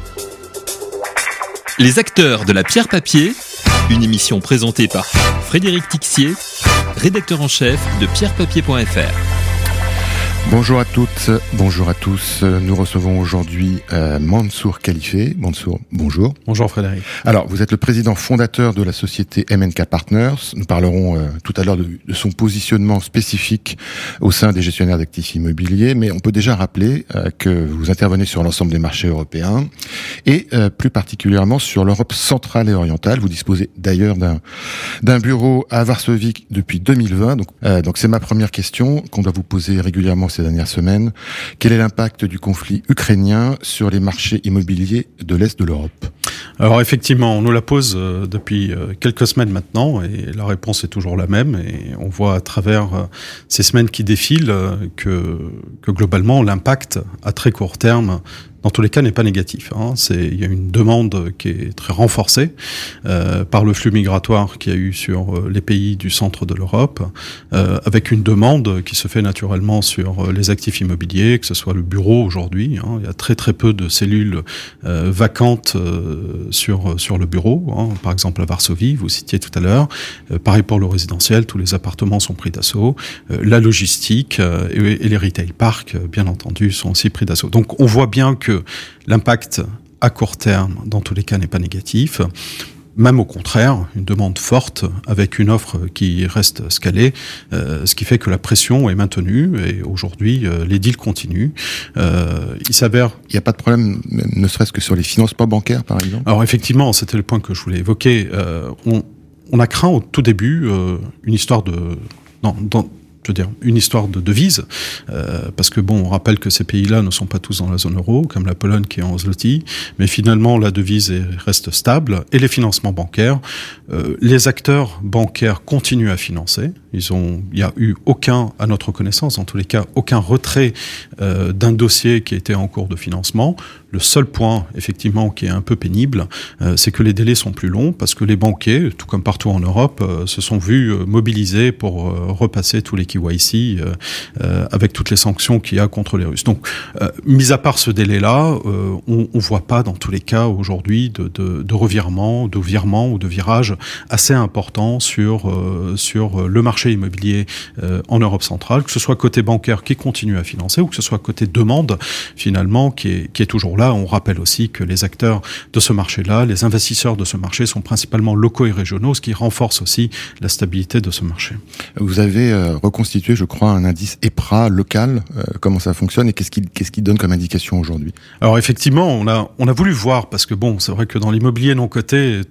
Les acteurs de la pierre papier, une émission présentée par Frédéric Tixier, rédacteur en chef de pierrepapier.fr. Bonjour à toutes, bonjour à tous. Nous recevons aujourd'hui Mansour Khalifé. Mansour, bonjour. Bonjour Frédéric. Alors, vous êtes le président fondateur de la société MNK Partners. Nous parlerons tout à l'heure de son positionnement spécifique au sein des gestionnaires d'actifs immobiliers, mais on peut déjà rappeler que vous intervenez sur l'ensemble des marchés européens et plus particulièrement sur l'Europe centrale et orientale. Vous disposez d'ailleurs d'un bureau à Varsovie depuis 2020. Donc c'est ma première question qu'on doit vous poser régulièrement ces dernières semaines. Quel est l'impact du conflit ukrainien sur les marchés immobiliers de l'Est de l'Europe ? Alors effectivement, on nous la pose depuis quelques semaines maintenant et la réponse est toujours la même. Et on voit à travers ces semaines qui défilent que globalement l'impact à très court terme, dans tous les cas, n'est pas négatif. Il y a une demande qui est très renforcée par le flux migratoire qu'il y a eu sur les pays du centre de l'Europe, avec une demande qui se fait naturellement sur les actifs immobiliers, que ce soit le bureau aujourd'hui. Il y a très très peu de cellules vacantes sur le bureau. Par exemple à Varsovie, vous citiez tout à l'heure. Pareil pour le résidentiel, tous les appartements sont pris d'assaut. La logistique et les retail parks, bien entendu, sont aussi pris d'assaut. Donc on voit bien que l'impact à court terme, dans tous les cas, n'est pas négatif. Même au contraire, une demande forte avec une offre qui reste scalée, ce qui fait que la pression est maintenue et aujourd'hui, les deals continuent. Il s'avère... Il n'y a pas de problème, ne serait-ce que sur les financements bancaires, par exemple ? Alors effectivement, c'était le point que je voulais évoquer. On a craint au tout début une histoire de... une histoire de devise, parce que on rappelle que ces pays-là ne sont pas tous dans la zone euro, comme la Pologne qui est en zloty, mais finalement la devise reste stable, et les financements bancaires, les acteurs bancaires continuent à financer. Il y a eu aucun, à notre connaissance, en tous les cas, aucun retrait d'un dossier qui était en cours de financement. Le seul point, effectivement, qui est un peu pénible, c'est que les délais sont plus longs, parce que les banquiers, tout comme partout en Europe, se sont vus mobilisés pour repasser tous les KYC avec toutes les sanctions qu'il y a contre les Russes. Donc, mis à part ce délai-là, on voit pas, dans tous les cas, aujourd'hui, de revirement, de virement ou de virage assez important sur le marché immobilier en Europe centrale, que ce soit côté bancaire qui continue à financer ou que ce soit côté demande, finalement, qui est toujours là. On rappelle aussi que les acteurs de ce marché-là, les investisseurs de ce marché sont principalement locaux et régionaux, ce qui renforce aussi la stabilité de ce marché. Vous avez reconstitué, je crois, un indice EPRA local. Comment ça fonctionne et qu'est-ce qui donne comme indication aujourd'hui ? Alors effectivement, on a voulu voir, parce que c'est vrai que dans l'immobilier non coté,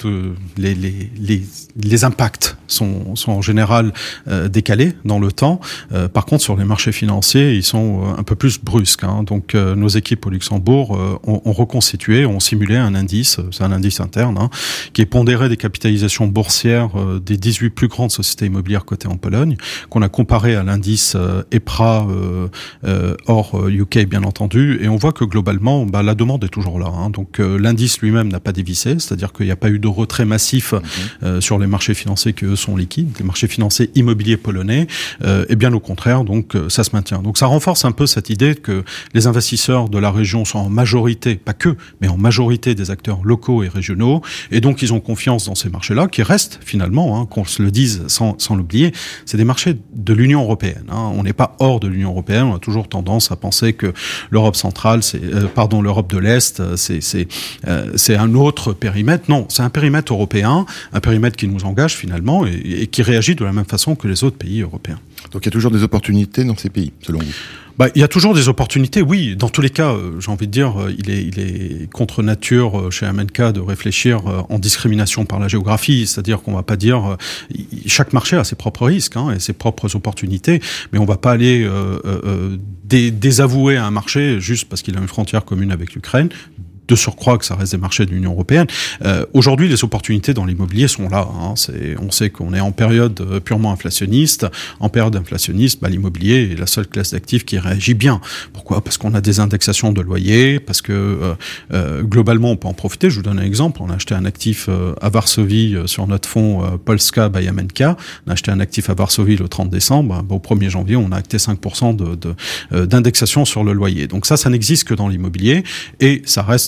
les impacts sont en général décalés dans le temps. Par contre, sur les marchés financiers, ils sont un peu plus brusques. Donc nos équipes au Luxembourg ont reconstitué, ont simulé un indice, c'est un indice interne, qui est pondéré des capitalisations boursières des 18 plus grandes sociétés immobilières cotées en Pologne, qu'on a comparé à l'indice EPRA hors UK, bien entendu, et on voit que globalement, la demande est toujours là. Donc l'indice lui-même n'a pas dévissé, c'est-à-dire qu'il n'y a pas eu de retrait massif sur les marchés financiers qui, eux, sont liquides, les marchés financiers immobiliers polonais, et bien au contraire, donc ça se maintient. Donc ça renforce un peu cette idée que les investisseurs de la région sont en majorité, pas que, mais en majorité des acteurs locaux et régionaux, et donc ils ont confiance dans ces marchés-là, qui restent finalement, qu'on se le dise sans l'oublier, c'est des marchés de l'Union européenne. On n'est pas hors de l'Union européenne, on a toujours tendance à penser que l'Europe centrale, l'Europe de l'Est, c'est un autre périmètre. Non, c'est un périmètre européen, un périmètre qui nous engage finalement et qui réagit de la même façon que les autres pays européens. Donc il y a toujours des opportunités dans ces pays, selon vous ? Il y a toujours des opportunités, oui. Dans tous les cas, j'ai envie de dire, il est contre nature chez MNK de réfléchir en discrimination par la géographie, c'est-à-dire qu'on va pas dire chaque marché a ses propres risques et ses propres opportunités, mais on va pas aller désavouer un marché juste parce qu'il a une frontière commune avec l'Ukraine. De surcroît que ça reste des marchés de l'Union européenne. Aujourd'hui, les opportunités dans l'immobilier sont là. On sait qu'on est en période purement inflationniste. En période inflationniste, l'immobilier est la seule classe d'actifs qui réagit bien. Pourquoi ? Parce qu'on a des indexations de loyers, parce que globalement, on peut en profiter. Je vous donne un exemple. On a acheté un actif à Varsovie sur notre fonds Polska by MNK. On a acheté un actif à Varsovie le 30 décembre. Au 1er janvier, on a acté 5% d'indexation sur le loyer. Donc ça n'existe que dans l'immobilier et ça reste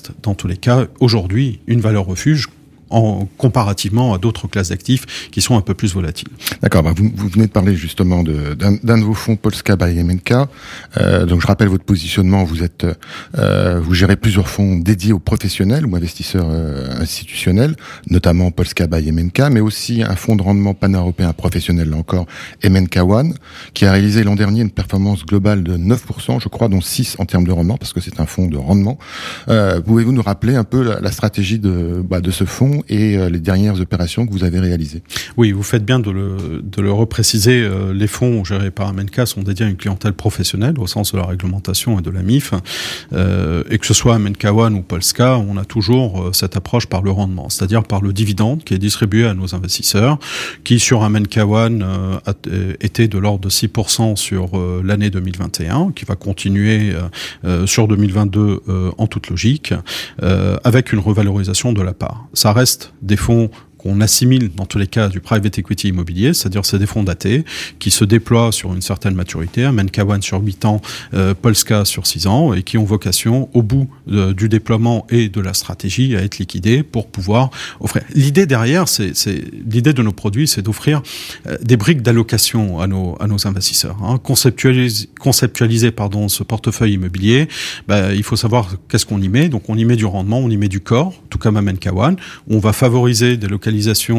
reste dans tous les cas aujourd'hui une valeur refuge comparativement à d'autres classes d'actifs qui sont un peu plus volatiles. D'accord, vous venez de parler justement d'un de vos fonds Polska by MNK. Donc je rappelle votre positionnement, vous gérez plusieurs fonds dédiés aux professionnels ou investisseurs institutionnels, notamment Polska by MNK, mais aussi un fonds de rendement pan-européen professionnel, là encore, MNK One, qui a réalisé l'an dernier une performance globale de 9%, je crois, dont 6 en termes de rendement, parce que c'est un fonds de rendement. Pouvez-vous nous rappeler un peu la stratégie de ce fonds et les dernières opérations que vous avez réalisées? Oui, vous faites bien de le repréciser. Les fonds gérés par MNK sont dédiés à une clientèle professionnelle au sens de la réglementation et de la MIF. Et que ce soit MNK One ou Polska, on a toujours cette approche par le rendement, c'est-à-dire par le dividende qui est distribué à nos investisseurs, qui sur MNK One était de l'ordre de 6% sur l'année 2021, qui va continuer sur 2022 en toute logique, avec une revalorisation de la part. Ça reste des fonds qu'on assimile dans tous les cas du private equity immobilier, c'est-à-dire c'est des fonds datés qui se déploient sur une certaine maturité, MNK One sur 8 ans, Polska sur 6 ans, et qui ont vocation, au bout du déploiement et de la stratégie, à être liquidés pour pouvoir offrir. L'idée derrière, l'idée de nos produits, c'est d'offrir des briques d'allocation à nos investisseurs. Conceptualiser ce portefeuille immobilier, il faut savoir qu'est-ce qu'on y met. Donc on y met du rendement, on y met du corps, tout comme à MNK One. On va favoriser des localisations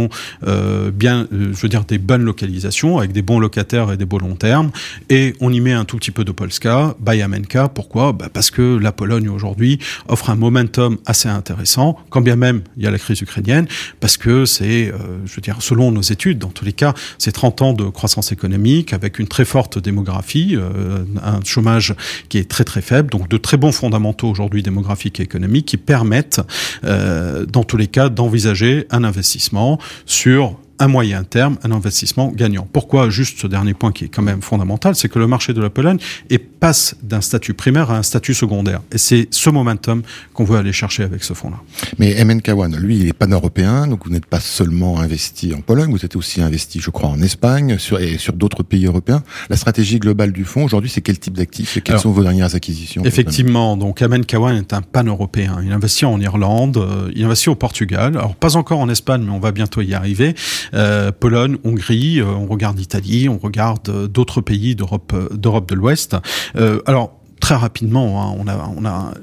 des bonnes localisations avec des bons locataires et des beaux long termes, et on y met un tout petit peu de Polska by MNK. Pourquoi ? Parce que la Pologne aujourd'hui offre un momentum assez intéressant, quand bien même il y a la crise ukrainienne, parce que c'est, selon nos études, dans tous les cas, c'est 30 ans de croissance économique avec une très forte démographie, un chômage qui est très très faible, donc de très bons fondamentaux aujourd'hui démographiques et économiques qui permettent, dans tous les cas, d'envisager un investissement sur un moyen terme, un investissement gagnant. Pourquoi ? Juste ce dernier point qui est quand même fondamental, c'est que le marché de la Pologne passe d'un statut primaire à un statut secondaire. Et c'est ce momentum qu'on veut aller chercher avec ce fonds-là. Mais MNK One, lui, il est pan-européen, donc vous n'êtes pas seulement investi en Pologne, vous êtes aussi investi, je crois, en Espagne et sur d'autres pays européens. La stratégie globale du fonds, aujourd'hui, c'est quel type d'actifs et quelles sont vos dernières acquisitions? Effectivement, donc MNK One est un pan-européen. Il investit en Irlande, il investit au Portugal, alors pas encore en Espagne, mais on va bientôt y arriver. Pologne, Hongrie, on regarde l'Italie, on regarde d'autres pays d'Europe de l'Ouest. Alors très rapidement, on a,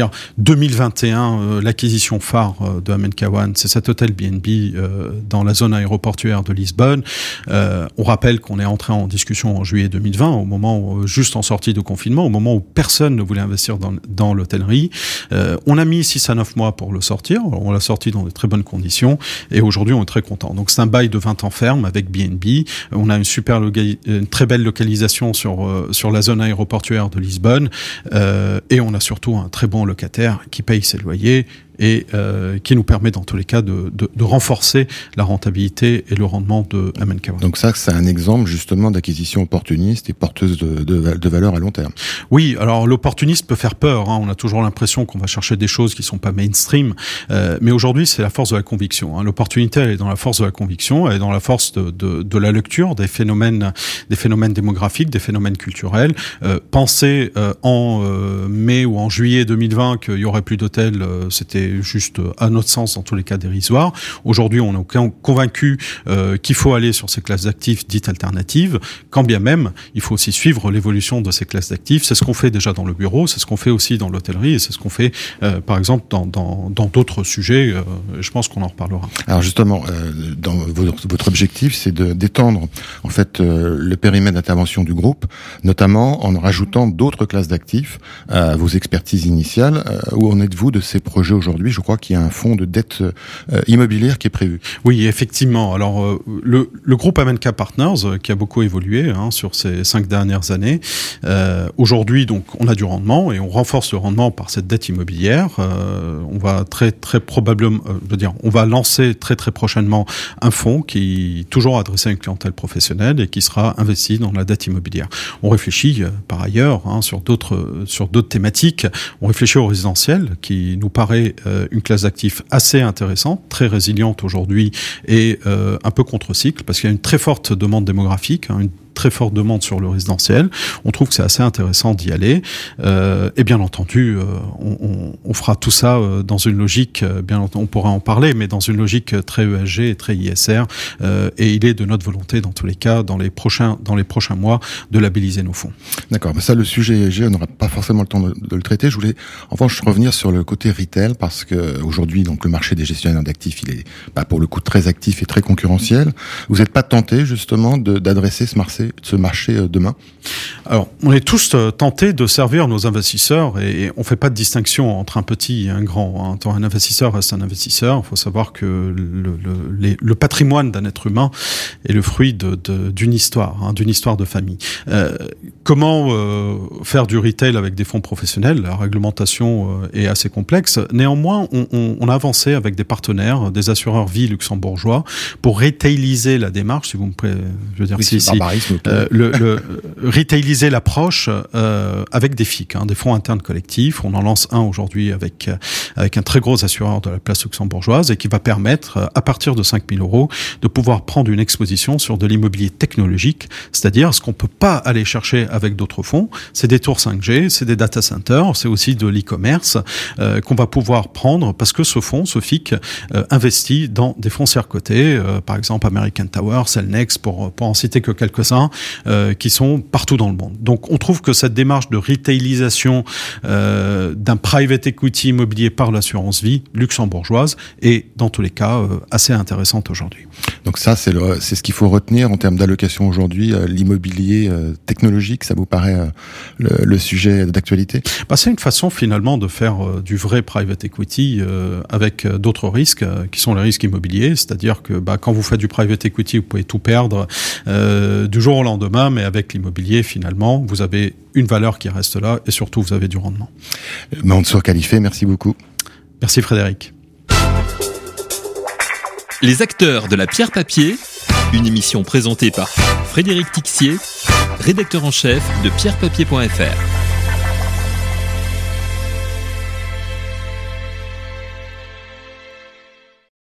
2021, l'acquisition phare de MNK One, c'est cet hôtel B&B dans la zone aéroportuaire de Lisbonne. On rappelle qu'on est entré en discussion en juillet 2020, au moment juste en sortie de confinement, au moment où personne ne voulait investir dans l'hôtellerie. On a mis 6 à 9 mois pour le sortir. On l'a sorti dans de très bonnes conditions et aujourd'hui on est très content. Donc c'est un bail de 20 ans ferme avec B&B. On a une très belle localisation sur la zone aéroportuaire de Lisbonne. Et on a surtout un très bon locataire qui paye ses loyers et qui nous permet dans tous les cas de renforcer la rentabilité et le rendement de MNK One. Donc ça, c'est un exemple justement d'acquisition opportuniste et porteuse de valeur à long terme. Oui, alors l'opportuniste peut faire peur, on a toujours l'impression qu'on va chercher des choses qui sont pas mainstream, mais aujourd'hui c'est la force de la conviction. L'opportunité, elle est dans la force de la conviction, elle est dans la force de la lecture des phénomènes démographiques, des phénomènes culturels. Penser en mai ou en juillet 2020 qu'il y aurait plus d'hôtels, c'était juste, à notre sens, dans tous les cas dérisoire. Aujourd'hui, on est convaincu qu'il faut aller sur ces classes d'actifs dites alternatives, quand bien même, il faut aussi suivre l'évolution de ces classes d'actifs. C'est ce qu'on fait déjà dans le bureau, c'est ce qu'on fait aussi dans l'hôtellerie, et c'est ce qu'on fait, par exemple, dans d'autres sujets. Je pense qu'on en reparlera. Alors justement, dans votre objectif, c'est d'étendre en fait le périmètre d'intervention du groupe, notamment en rajoutant d'autres classes d'actifs à vos expertises initiales. Où en êtes-vous de ces projets aujourd'hui ? Je crois qu'il y a un fonds de dette immobilière qui est prévu. Oui, effectivement. Alors, le groupe MNK Partners, qui a beaucoup évolué sur ces 5 dernières années, aujourd'hui, donc, on a du rendement et on renforce le rendement par cette dette immobilière. On va très, très probablement, on va lancer très, très prochainement un fonds qui est toujours adressé à une clientèle professionnelle et qui sera investi dans la dette immobilière. On réfléchit, par ailleurs, sur d'autres thématiques. On réfléchit au résidentiel, qui nous paraît une classe d'actifs assez intéressante, très résiliente aujourd'hui et un peu contre-cycle, parce qu'il y a une très forte demande démographique, une très forte demande sur le résidentiel. On trouve que c'est assez intéressant d'y aller. Et bien entendu, on fera tout ça dans une logique, bien entendu, on pourra en parler, mais dans une logique très ESG et très ISR. Et il est de notre volonté, dans tous les cas, dans les prochains mois, de labelliser nos fonds. D'accord. Mais ça, le sujet ESG, on n'aura pas forcément le temps de le traiter. Je voulais, en revanche, revenir sur le côté retail, parce que aujourd'hui, donc, le marché des gestionnaires d'actifs, il est, pour le coup, très actif et très concurrentiel. Vous n'êtes pas tenté, justement, d'adresser ce marché demain? Alors, on est tous tentés de servir nos investisseurs, et on fait pas de distinction entre un petit et un grand. Un investisseur reste un investisseur. Il faut savoir que le patrimoine d'un être humain est le fruit d'une histoire, d'une histoire de famille. Comment faire du retail avec des fonds professionnels? La réglementation est assez complexe. Néanmoins, on a avancé avec des partenaires, des assureurs vie luxembourgeois, pour retailiser la démarche, si vous me plaît, je veux dire, retailiser l'approche avec des FIC, des fonds internes collectifs. On en lance un aujourd'hui avec un très gros assureur de la place luxembourgeoise, et qui va permettre, à partir de 5 000 €, de pouvoir prendre une exposition sur de l'immobilier technologique, c'est-à-dire ce qu'on peut pas aller chercher avec d'autres fonds. C'est des tours 5G, c'est des data centers, c'est aussi de l'e-commerce qu'on va pouvoir prendre, parce que ce FIC investit dans des foncières cotées, par exemple American Tower, Cellnex, pour en citer que quelques-uns, qui sont partout dans le monde. Donc on trouve que cette démarche de retailisation d'un private equity immobilier par l'assurance vie luxembourgeoise est, dans tous les cas, assez intéressante aujourd'hui. Donc ça, c'est ce qu'il faut retenir en termes d'allocation aujourd'hui, l'immobilier technologique, ça vous paraît le sujet d'actualité? C'est une façon finalement de faire du vrai private equity avec d'autres risques qui sont les risques immobiliers, c'est-à-dire que quand vous faites du private equity, vous pouvez tout perdre du jour au lendemain, mais avec l'immobilier, finalement, vous avez une valeur qui reste là, et surtout, vous avez du rendement. Mansour Khalifé, merci beaucoup. Merci Frédéric. Les acteurs de la pierre papier, une émission présentée par Frédéric Tixier, rédacteur en chef de pierrepapier.fr.